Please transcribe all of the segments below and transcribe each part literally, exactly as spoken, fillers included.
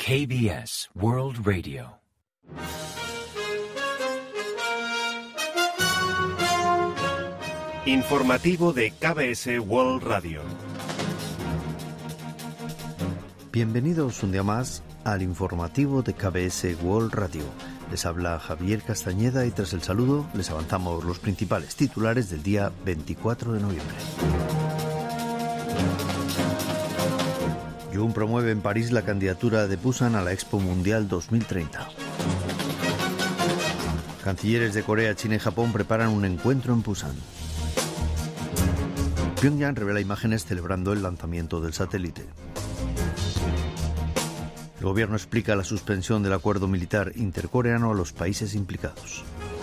K B S World Radio. Informativo de K B S World Radio. Bienvenidos un día más al informativo de K B S World Radio. Les habla Javier Castañeda y tras el saludo les avanzamos los principales titulares del día veinticuatro de noviembre. Jun promueve en París la candidatura de Busan a la Expo Mundial dos mil treinta. Cancilleres de Corea, China y Japón preparan un encuentro en Busan. Pyongyang revela imágenes celebrando el lanzamiento del satélite. El gobierno explica la suspensión del acuerdo militar intercoreano a los países implicados.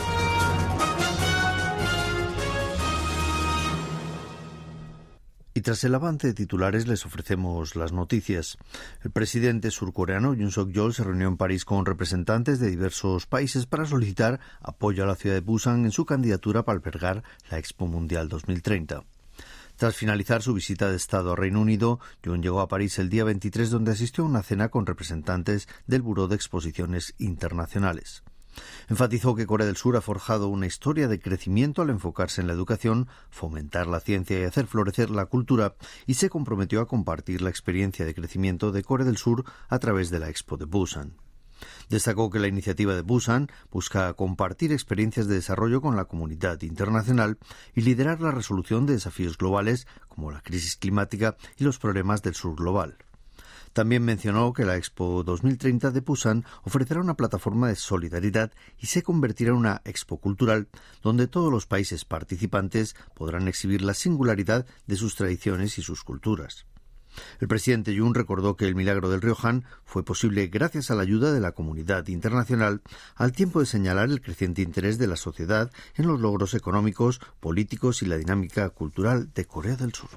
Y tras el avance de titulares les ofrecemos las noticias. El presidente surcoreano Yoon Suk-yeol se reunió en París con representantes de diversos países para solicitar apoyo a la ciudad de Busan en su candidatura para albergar la Expo Mundial dos mil treinta. Tras finalizar su visita de Estado a Reino Unido, Yoon llegó a París el día veintitrés, donde asistió a una cena con representantes del Buró de Exposiciones Internacionales. Enfatizó que Corea del Sur ha forjado una historia de crecimiento al enfocarse en la educación, fomentar la ciencia y hacer florecer la cultura, y se comprometió a compartir la experiencia de crecimiento de Corea del Sur a través de la Expo de Busan. Destacó que la iniciativa de Busan busca compartir experiencias de desarrollo con la comunidad internacional y liderar la resolución de desafíos globales como la crisis climática y los problemas del sur global. También mencionó que la Expo dos mil treinta de Busan ofrecerá una plataforma de solidaridad y se convertirá en una expo cultural donde todos los países participantes podrán exhibir la singularidad de sus tradiciones y sus culturas. El presidente Yoon recordó que el milagro del río Han fue posible gracias a la ayuda de la comunidad internacional, al tiempo de señalar el creciente interés de la sociedad en los logros económicos, políticos y la dinámica cultural de Corea del Sur.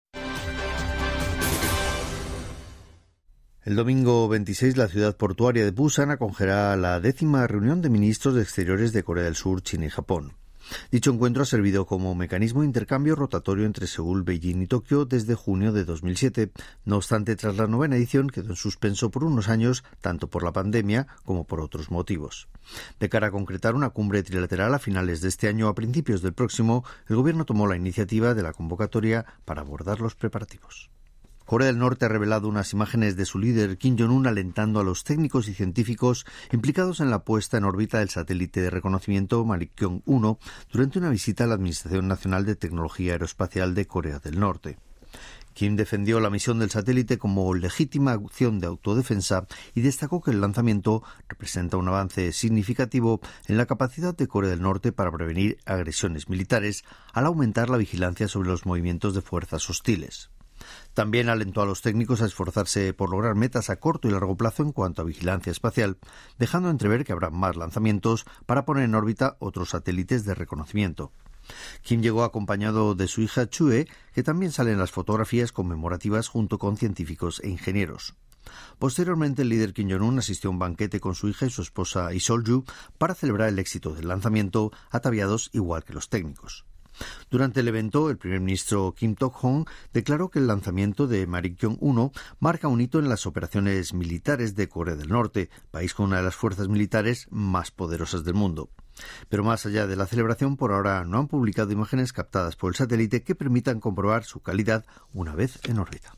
El domingo veintiséis, la ciudad portuaria de Busan acogerá la décima reunión de ministros de Exteriores de Corea del Sur, China y Japón. Dicho encuentro ha servido como mecanismo de intercambio rotatorio entre Seúl, Beijing y Tokio desde junio de dos mil siete. No obstante, tras la novena edición quedó en suspenso por unos años, tanto por la pandemia como por otros motivos. De cara a concretar una cumbre trilateral a finales de este año o a principios del próximo, el gobierno tomó la iniciativa de la convocatoria para abordar los preparativos. Corea del Norte ha revelado unas imágenes de su líder Kim Jong-un alentando a los técnicos y científicos implicados en la puesta en órbita del satélite de reconocimiento Marik-kyung uno durante una visita a la Administración Nacional de Tecnología Aeroespacial de Corea del Norte. Kim defendió la misión del satélite como legítima acción de autodefensa y destacó que el lanzamiento representa un avance significativo en la capacidad de Corea del Norte para prevenir agresiones militares al aumentar la vigilancia sobre los movimientos de fuerzas hostiles. También alentó a los técnicos a esforzarse por lograr metas a corto y largo plazo en cuanto a vigilancia espacial, dejando entrever que habrá más lanzamientos para poner en órbita otros satélites de reconocimiento. Kim llegó acompañado de su hija Chue, que también sale en las fotografías conmemorativas junto con científicos e ingenieros. Posteriormente, el líder Kim Jong-un asistió a un banquete con su hija y su esposa Lee Sol-ju para celebrar el éxito del lanzamiento, ataviados igual que los técnicos. Durante el evento, el primer ministro Kim Tok-hong declaró que el lanzamiento de Marik-kyung uno marca un hito en las operaciones militares de Corea del Norte, país con una de las fuerzas militares más poderosas del mundo. Pero más allá de la celebración, por ahora no han publicado imágenes captadas por el satélite que permitan comprobar su calidad una vez en órbita.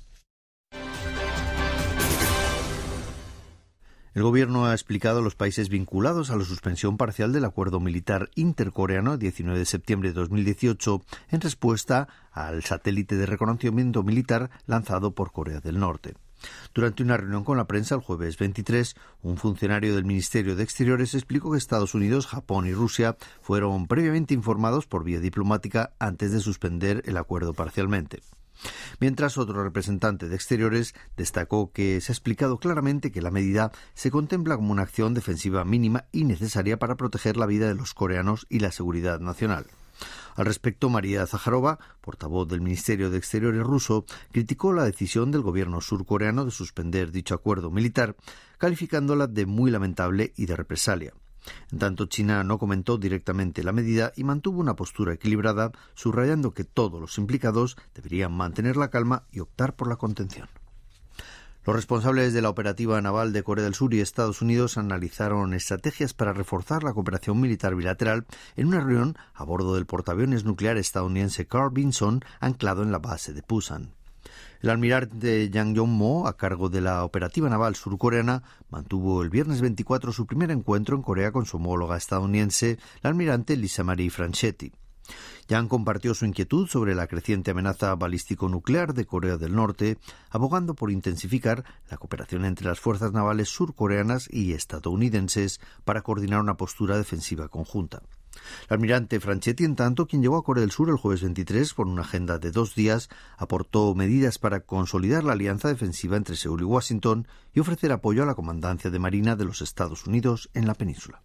El gobierno ha explicado a los países vinculados a la suspensión parcial del acuerdo militar intercoreano diecinueve de septiembre de dos mil dieciocho en respuesta al satélite de reconocimiento militar lanzado por Corea del Norte. Durante una reunión con la prensa el jueves veintitrés, un funcionario del Ministerio de Exteriores explicó que Estados Unidos, Japón y Rusia fueron previamente informados por vía diplomática antes de suspender el acuerdo parcialmente. Mientras, otro representante de Exteriores destacó que se ha explicado claramente que la medida se contempla como una acción defensiva mínima y necesaria para proteger la vida de los coreanos y la seguridad nacional. Al respecto, María Zaharova, portavoz del Ministerio de Exteriores ruso, criticó la decisión del gobierno surcoreano de suspender dicho acuerdo militar, calificándola de muy lamentable y de represalia. En tanto, China no comentó directamente la medida y mantuvo una postura equilibrada, subrayando que todos los implicados deberían mantener la calma y optar por la contención. Los responsables de la operativa naval de Corea del Sur y Estados Unidos analizaron estrategias para reforzar la cooperación militar bilateral en una reunión a bordo del portaaviones nuclear estadounidense Carl Vinson, anclado en la base de Pusan. El almirante Yang Yong-mo, a cargo de la operativa naval surcoreana, mantuvo el viernes veinticuatro su primer encuentro en Corea con su homóloga estadounidense, la almirante Lisa Marie Franchetti. Yang compartió su inquietud sobre la creciente amenaza balístico-nuclear de Corea del Norte, abogando por intensificar la cooperación entre las fuerzas navales surcoreanas y estadounidenses para coordinar una postura defensiva conjunta. El almirante Franchetti, en tanto, quien llegó a Corea del Sur el jueves veintitrés por una agenda de dos días, aportó medidas para consolidar la alianza defensiva entre Seúl y Washington y ofrecer apoyo a la comandancia de Marina de los Estados Unidos en la península.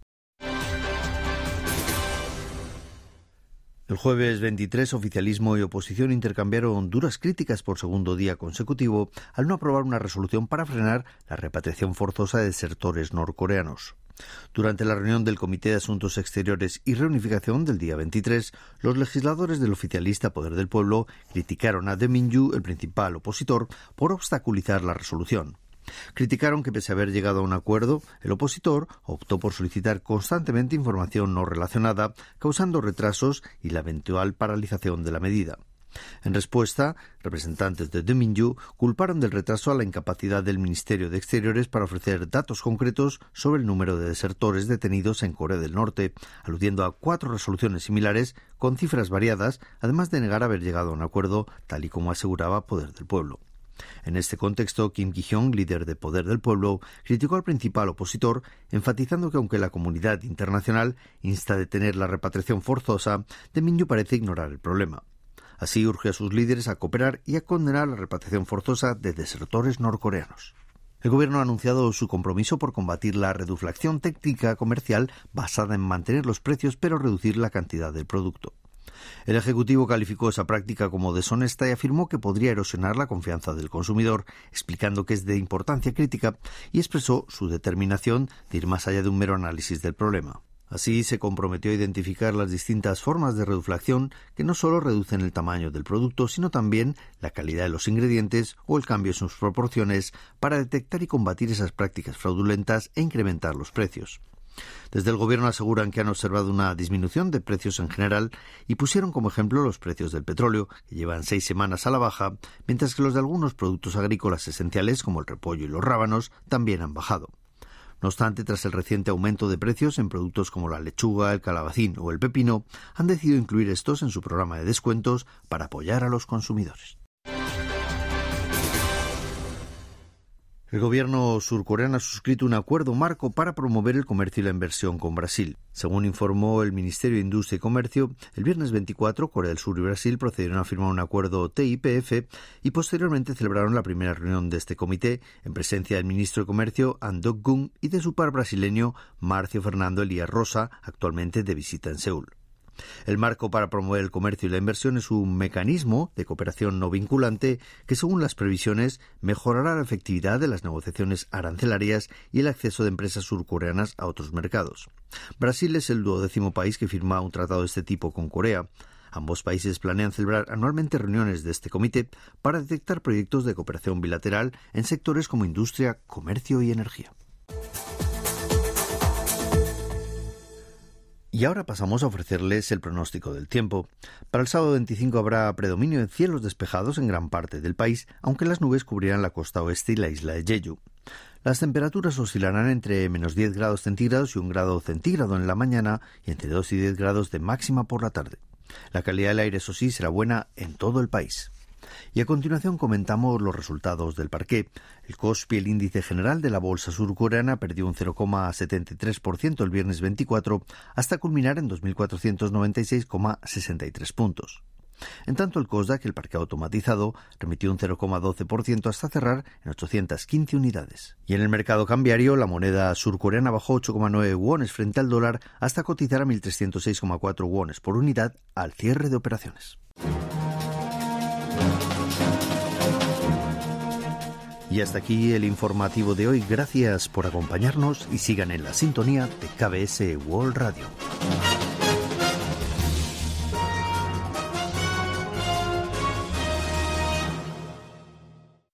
El jueves veintitrés, oficialismo y oposición intercambiaron duras críticas por segundo día consecutivo al no aprobar una resolución para frenar la repatriación forzosa de desertores norcoreanos. Durante la reunión del Comité de Asuntos Exteriores y Reunificación del día veintitrés, los legisladores del oficialista Poder del Pueblo criticaron a Lee Min-gyu, el principal opositor, por obstaculizar la resolución. Criticaron que, pese a haber llegado a un acuerdo, el opositor optó por solicitar constantemente información no relacionada, causando retrasos y la eventual paralización de la medida. En respuesta, representantes de Lee Min-gyu culparon del retraso a la incapacidad del Ministerio de Exteriores para ofrecer datos concretos sobre el número de desertores detenidos en Corea del Norte, aludiendo a cuatro resoluciones similares con cifras variadas, además de negar haber llegado a un acuerdo, tal y como aseguraba Poder del Pueblo. En este contexto, Kim Ki-hyung, líder de Poder del Pueblo, criticó al principal opositor, enfatizando que aunque la comunidad internacional insta a detener la repatriación forzosa, Lee Min-gyu parece ignorar el problema. Así urge a sus líderes a cooperar y a condenar la repatriación forzosa de desertores norcoreanos. El gobierno ha anunciado su compromiso por combatir la reduflación técnica comercial basada en mantener los precios pero reducir la cantidad del producto. El Ejecutivo calificó esa práctica como deshonesta y afirmó que podría erosionar la confianza del consumidor, explicando que es de importancia crítica, y expresó su determinación de ir más allá de un mero análisis del problema. Así, se comprometió a identificar las distintas formas de reduflación que no solo reducen el tamaño del producto, sino también la calidad de los ingredientes o el cambio en sus proporciones, para detectar y combatir esas prácticas fraudulentas e incrementar los precios. Desde el gobierno aseguran que han observado una disminución de precios en general y pusieron como ejemplo los precios del petróleo, que llevan seis semanas a la baja, mientras que los de algunos productos agrícolas esenciales como el repollo y los rábanos también han bajado. No obstante, tras el reciente aumento de precios en productos como la lechuga, el calabacín o el pepino, han decidido incluir estos en su programa de descuentos para apoyar a los consumidores. El gobierno surcoreano ha suscrito un acuerdo marco para promover el comercio y la inversión con Brasil. Según informó el Ministerio de Industria y Comercio, el viernes veinticuatro, Corea del Sur y Brasil procedieron a firmar un acuerdo T I P F y posteriormente celebraron la primera reunión de este comité en presencia del ministro de Comercio, An Dok-gun, y de su par brasileño, Márcio Fernando Elías Rosa, actualmente de visita en Seúl. El marco para promover el comercio y la inversión es un mecanismo de cooperación no vinculante que, según las previsiones, mejorará la efectividad de las negociaciones arancelarias y el acceso de empresas surcoreanas a otros mercados. Brasil es el duodécimo país que firma un tratado de este tipo con Corea. Ambos países planean celebrar anualmente reuniones de este comité para detectar proyectos de cooperación bilateral en sectores como industria, comercio y energía. Y ahora pasamos a ofrecerles el pronóstico del tiempo. Para el sábado veinticinco habrá predominio de cielos despejados en gran parte del país, aunque las nubes cubrirán la costa oeste y la isla de Jeju. Las temperaturas oscilarán entre menos diez grados centígrados y un grado centígrado en la mañana y entre dos y diez grados de máxima por la tarde. La calidad del aire, eso sí, será buena en todo el país. Y a continuación comentamos los resultados del parqué. El Kospi, el índice general de la bolsa surcoreana, perdió un cero coma setenta y tres por ciento el viernes veinticuatro hasta culminar en dos mil cuatrocientos noventa y seis coma sesenta y tres puntos. En tanto, el Kosdaq, el parque automatizado, remitió un cero coma doce por ciento hasta cerrar en ochocientas quince unidades. Y en el mercado cambiario, la moneda surcoreana bajó ocho coma nueve wones frente al dólar hasta cotizar a mil trescientos seis coma cuatro wones por unidad al cierre de operaciones. Y hasta aquí el informativo de hoy. Gracias por acompañarnos y sigan en la sintonía de K B S World Radio.